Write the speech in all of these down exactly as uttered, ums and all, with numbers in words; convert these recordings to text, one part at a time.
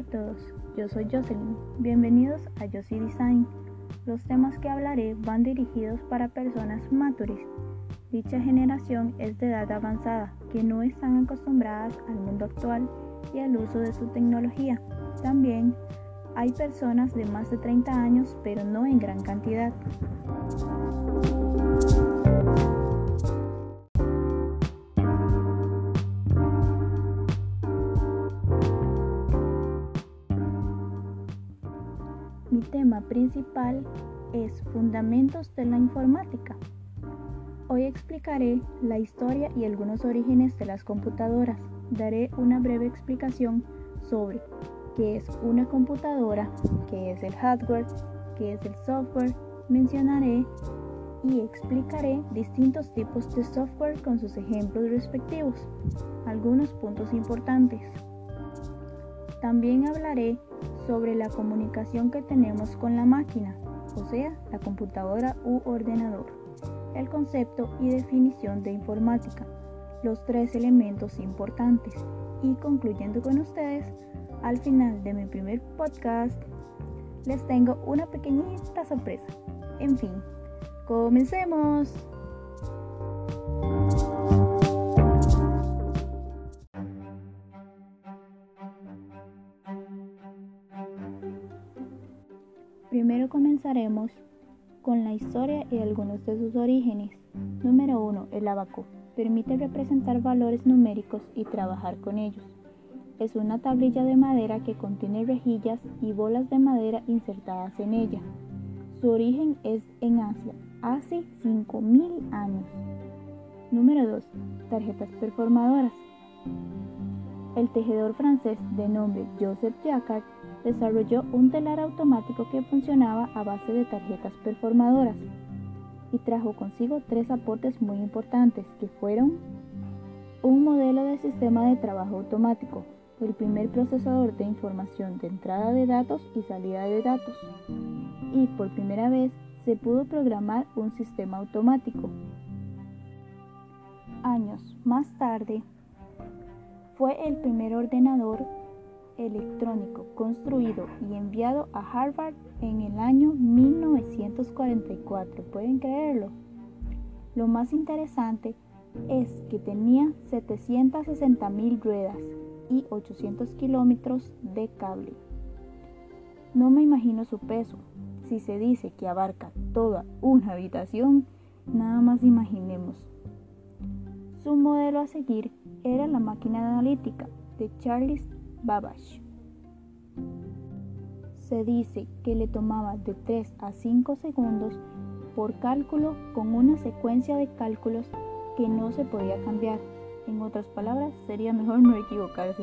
todos, yo soy Jocelyn. Bienvenidos a Josie Design. Los temas que hablaré van dirigidos para personas matures. Dicha generación es de edad avanzada, que no están acostumbradas al mundo actual y al uso de su tecnología. También hay personas de más de treinta años, pero no en gran cantidad. Mi tema principal es Fundamentos de la Informática. Hoy explicaré la historia y algunos orígenes de las computadoras. Daré una breve explicación sobre qué es una computadora, qué es el hardware, qué es el software. Mencionaré y explicaré distintos tipos de software con sus ejemplos respectivos. Algunos puntos importantes. También hablaré sobre la comunicación que tenemos con la máquina, o sea, la computadora u ordenador, el concepto y definición de informática, los tres elementos importantes, y concluyendo con ustedes, al final de mi primer podcast, les tengo una pequeñita sorpresa. En fin, comencemos. Primero comenzaremos con la historia y algunos de sus orígenes. Número uno. El abaco. Permite representar valores numéricos y trabajar con ellos. Es una tablilla de madera que contiene rejillas y bolas de madera insertadas en ella. Su origen es en Asia, hace cinco mil años. Número dos. Tarjetas performadoras. El tejedor francés de nombre Joseph Jacquard desarrolló un telar automático que funcionaba a base de tarjetas performadoras y trajo consigo tres aportes muy importantes que fueron un modelo de sistema de trabajo automático, el primer procesador de información de entrada de datos y salida de datos, y por primera vez se pudo programar un sistema automático. Años más tarde, fue el primer ordenador electrónico construido y enviado a Harvard en el año mil novecientos cuarenta y cuatro. ¿Pueden creerlo? Lo más interesante es que tenía setecientas sesenta mil ruedas y ochocientos kilómetros de cable. No me imagino su peso. Si se dice que abarca toda una habitación, nada más imaginemos. Su modelo a seguir era la máquina analítica de Charles Babbage. Se dice que le tomaba de tres a cinco segundos por cálculo con una secuencia de cálculos que no se podía cambiar. En otras palabras, sería mejor no equivocarse.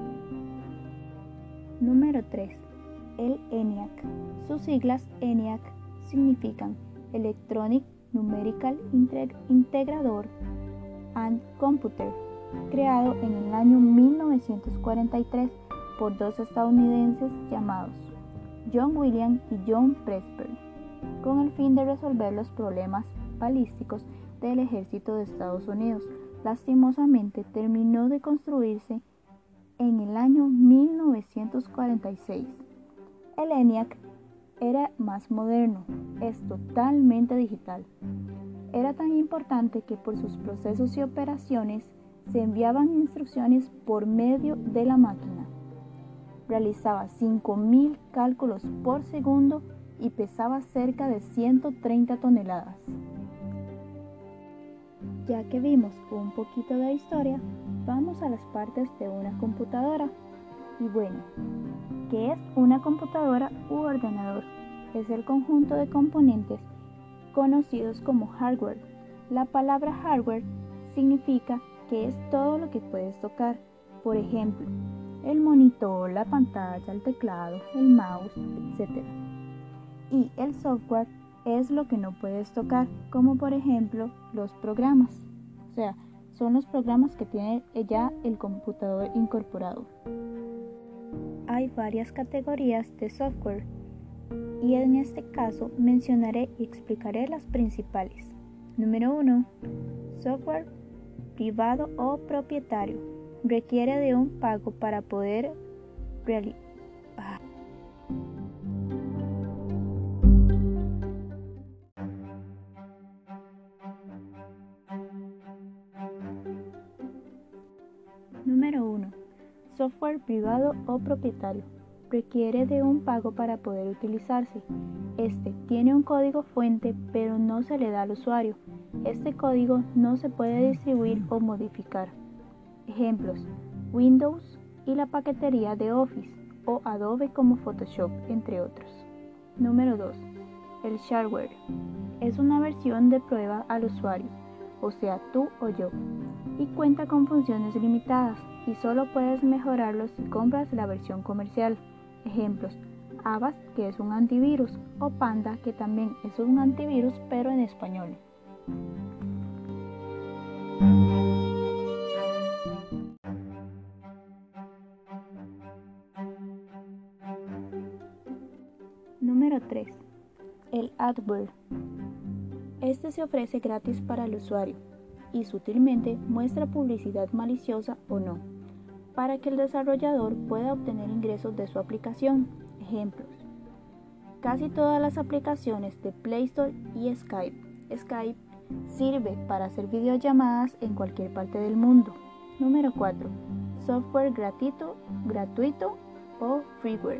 Número tres. El ENIAC. Sus siglas ENIAC significan Electronic Numerical Integrator and Computer, creado en el año mil novecientos cuarenta y tres por dos estadounidenses llamados John Williams y John Presper, con el fin de resolver los problemas balísticos del ejército de Estados Unidos. Lastimosamente terminó de construirse en el año mil novecientos cuarenta y seis. El ENIAC era más moderno, es totalmente digital. Era tan importante que por sus procesos y operaciones se enviaban instrucciones por medio de la máquina. Realizaba cinco mil cálculos por segundo y pesaba cerca de ciento treinta toneladas. Ya que vimos un poquito de historia, vamos a las partes de una computadora. Y bueno, ¿qué es una computadora u ordenador? Es el conjunto de componentes conocidos como hardware. La palabra hardware significa que es todo lo que puedes tocar, por ejemplo, el monitor, la pantalla, el teclado, el mouse, etcétera. Y el software es lo que no puedes tocar, como por ejemplo los programas, o sea, son los programas que tiene ya el computador incorporado. Hay varias categorías de software y en este caso mencionaré y explicaré las principales. Número uno. Software privado o propietario. Requiere de un pago para poder reali- software privado o propietario. Requiere de un pago para poder utilizarse. Este tiene un código fuente, pero no se le da al usuario. Este código no se puede distribuir o modificar. Ejemplos: Windows y la paquetería de Office o Adobe como Photoshop, entre otros. Número dos. El shareware. Es una versión de prueba al usuario, o sea, tú o yo, y cuenta con funciones limitadas y solo puedes mejorarlo si compras la versión comercial. Ejemplos: Avast, que es un antivirus, o Panda, que también es un antivirus pero en español. Número tres. El adware. Este se ofrece gratis para el usuario y sutilmente muestra publicidad maliciosa o no, para que el desarrollador pueda obtener ingresos de su aplicación. Ejemplos: casi todas las aplicaciones de Play Store y Skype. Skype sirve para hacer videollamadas en cualquier parte del mundo. Número cuatro. Software gratuito, gratuito o freeware.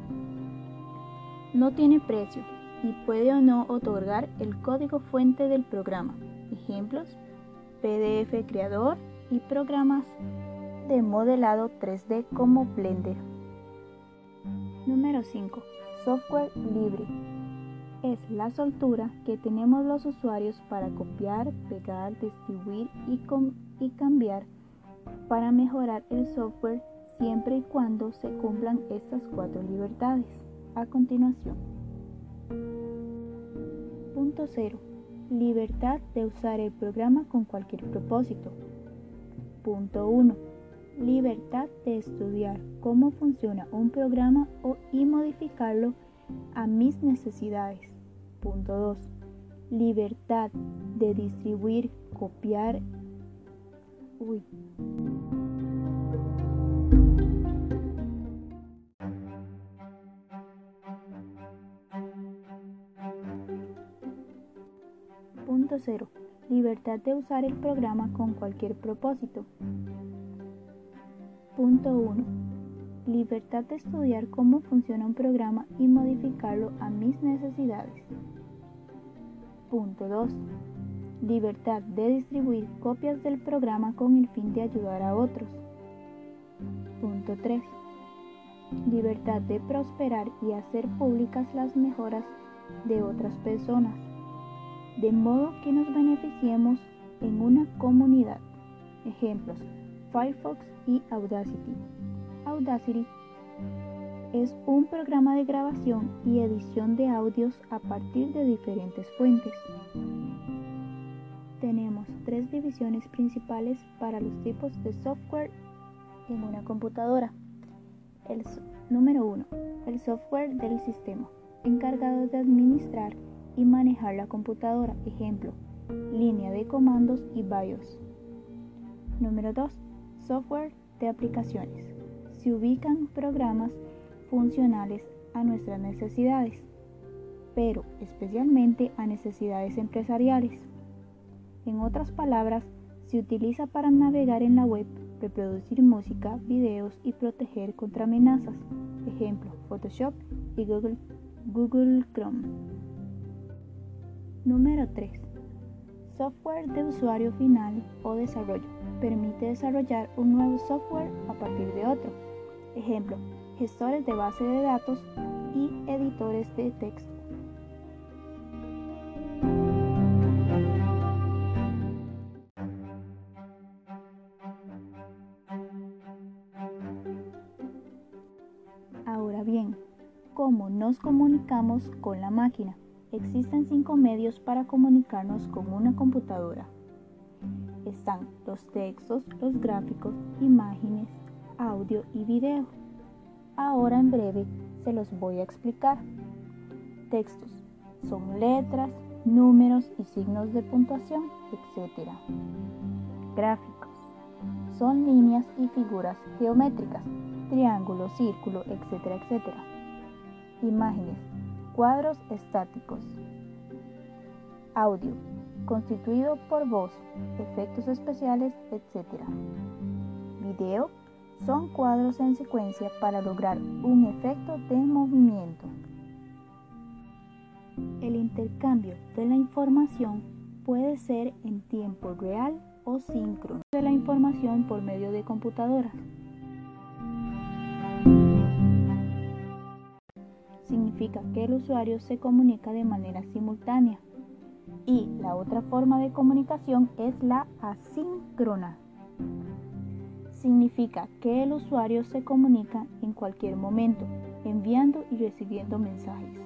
No tiene precio y puede o no otorgar el código fuente del programa. Ejemplos: P D F Creador y programas de modelado tres D como Blender. Número cinco. Software libre. Es la soltura que tenemos los usuarios para copiar, pegar, distribuir y, y cambiar para mejorar el software siempre y cuando se cumplan estas cuatro libertades. A continuación. Punto cero. Libertad de usar el programa con cualquier propósito. Punto uno. Libertad de estudiar cómo funciona un programa o, y modificarlo a mis necesidades. Punto dos. Libertad de distribuir, copiar. Uy. Punto cero. Libertad de usar el programa con cualquier propósito. Punto uno. Libertad de estudiar cómo funciona un programa y modificarlo a mis necesidades. Punto dos. Libertad de distribuir copias del programa con el fin de ayudar a otros. Punto tres. Libertad de prosperar y hacer públicas las mejoras de otras personas, de modo que nos beneficiemos en una comunidad. Ejemplos: Firefox y Audacity. Audacity es un programa de grabación y edición de audios a partir de diferentes fuentes. Tenemos tres divisiones principales para los tipos de software en una computadora. El número uno. El software del sistema, encargado de administrar y manejar la computadora. Ejemplo: línea de comandos y BIOS. Número dos. Software de aplicaciones. Se ubican programas funcionales a nuestras necesidades, pero especialmente a necesidades empresariales. En otras palabras, se utiliza para navegar en la web, reproducir música, videos y proteger contra amenazas. Ejemplo: Photoshop y Google, Google Chrome. Número tres. Software de usuario final o desarrollo. Permite desarrollar un nuevo software a partir de otro. Ejemplo: gestores de base de datos y editores de texto. Ahora bien, ¿cómo nos comunicamos con la máquina? Existen cinco medios para comunicarnos con una computadora. Están los textos, los gráficos, imágenes, audio y video. Ahora en breve se los voy a explicar. Textos son letras, números y signos de puntuación, etcétera. Gráficos son líneas y figuras geométricas, triángulo, círculo, etcétera, etcétera. Imágenes, cuadros estáticos. Audio, constituido por voz, efectos especiales, etcétera. Video, son cuadros en secuencia para lograr un efecto de movimiento. El intercambio de la información puede ser en tiempo real o síncrono de la información por medio de computadoras. Significa que el usuario se comunica de manera simultánea. Y la otra forma de comunicación es la asíncrona. Significa que el usuario se comunica en cualquier momento, enviando y recibiendo mensajes.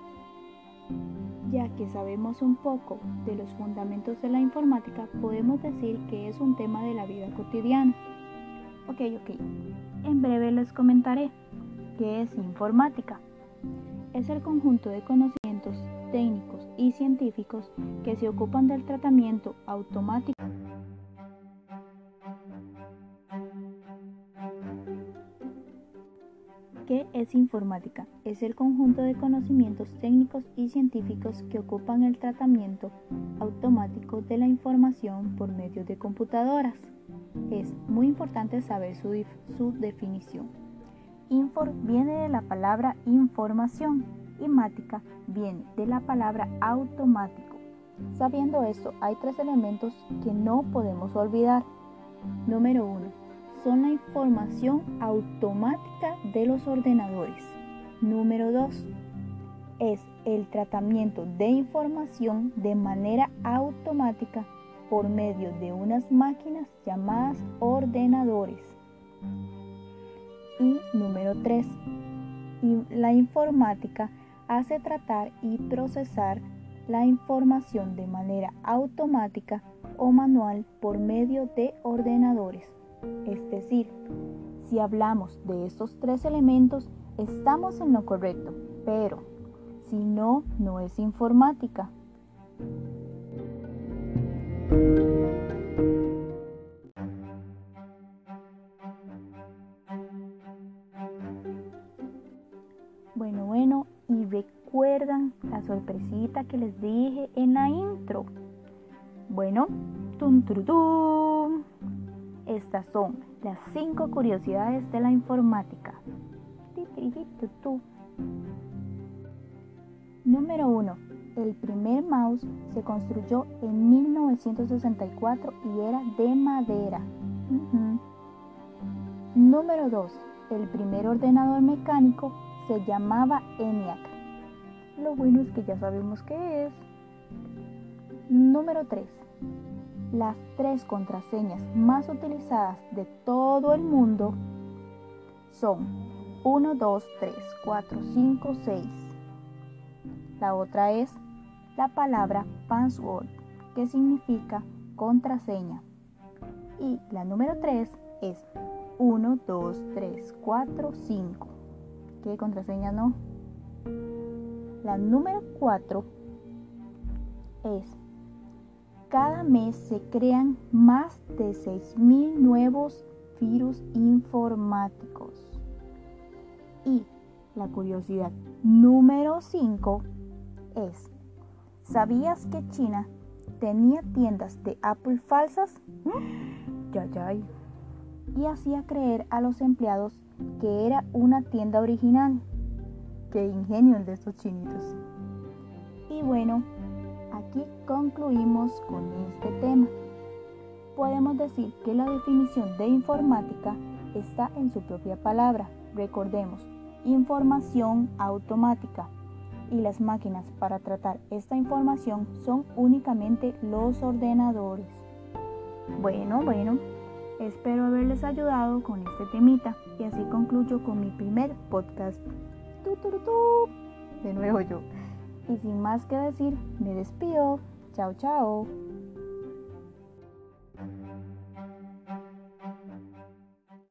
Ya que sabemos un poco de los fundamentos de la informática, podemos decir que es un tema de la vida cotidiana. Ok, ok. En breve les comentaré qué es informática. Es el conjunto de conocimientos técnicos y científicos que se ocupan del tratamiento automático. ¿Qué es informática? Es el conjunto de conocimientos técnicos y científicos que ocupan el tratamiento automático de la información por medio de computadoras. Es muy importante saber su, dif- su definición. Infor viene de la palabra información y mática viene de la palabra automático. Sabiendo esto, hay tres elementos que no podemos olvidar. Número uno. Son la información automática de los ordenadores. Número dos. Es el tratamiento de información de manera automática por medio de unas máquinas llamadas ordenadores. Y número tres. La informática hace tratar y procesar la información de manera automática o manual por medio de ordenadores. Es decir, si hablamos de estos tres elementos, estamos en lo correcto, pero si no, no es informática. Bueno, bueno, y recuerdan la sorpresita que les dije en la intro. Bueno, tum, tum, tum. Estas son las cinco curiosidades de la informática. Número uno. El primer mouse se construyó en mil novecientos sesenta y cuatro y era de madera. Uh-huh. Número dos. El primer ordenador mecánico se llamaba ENIAC. Lo bueno es que ya sabemos qué es. Número tres. Las tres contraseñas más utilizadas de todo el mundo son uno, dos, tres, cuatro, cinco, seis. La otra es la palabra password, que significa contraseña. Y la número tres es uno, dos, tres, cuatro, cinco. ¿Qué contraseña no? La número cuatro es: cada mes se crean más de seis mil nuevos virus informáticos. Y la curiosidad número cinco es: ¿sabías que China tenía tiendas de Apple falsas? Ya, ya. Y hacía creer a los empleados que era una tienda original. ¡Qué ingenio el de estos chinitos! Y bueno, aquí concluimos con este tema. Podemos decir que la definición de informática está en su propia palabra. Recordemos, información automática. Y las máquinas para tratar esta información son únicamente los ordenadores. Bueno, bueno, espero haberles ayudado con este temita y así concluyo con mi primer podcast. Tu, tu, tu, tu. De nuevo yo. Y sin más que decir, me despido. Chao, chao.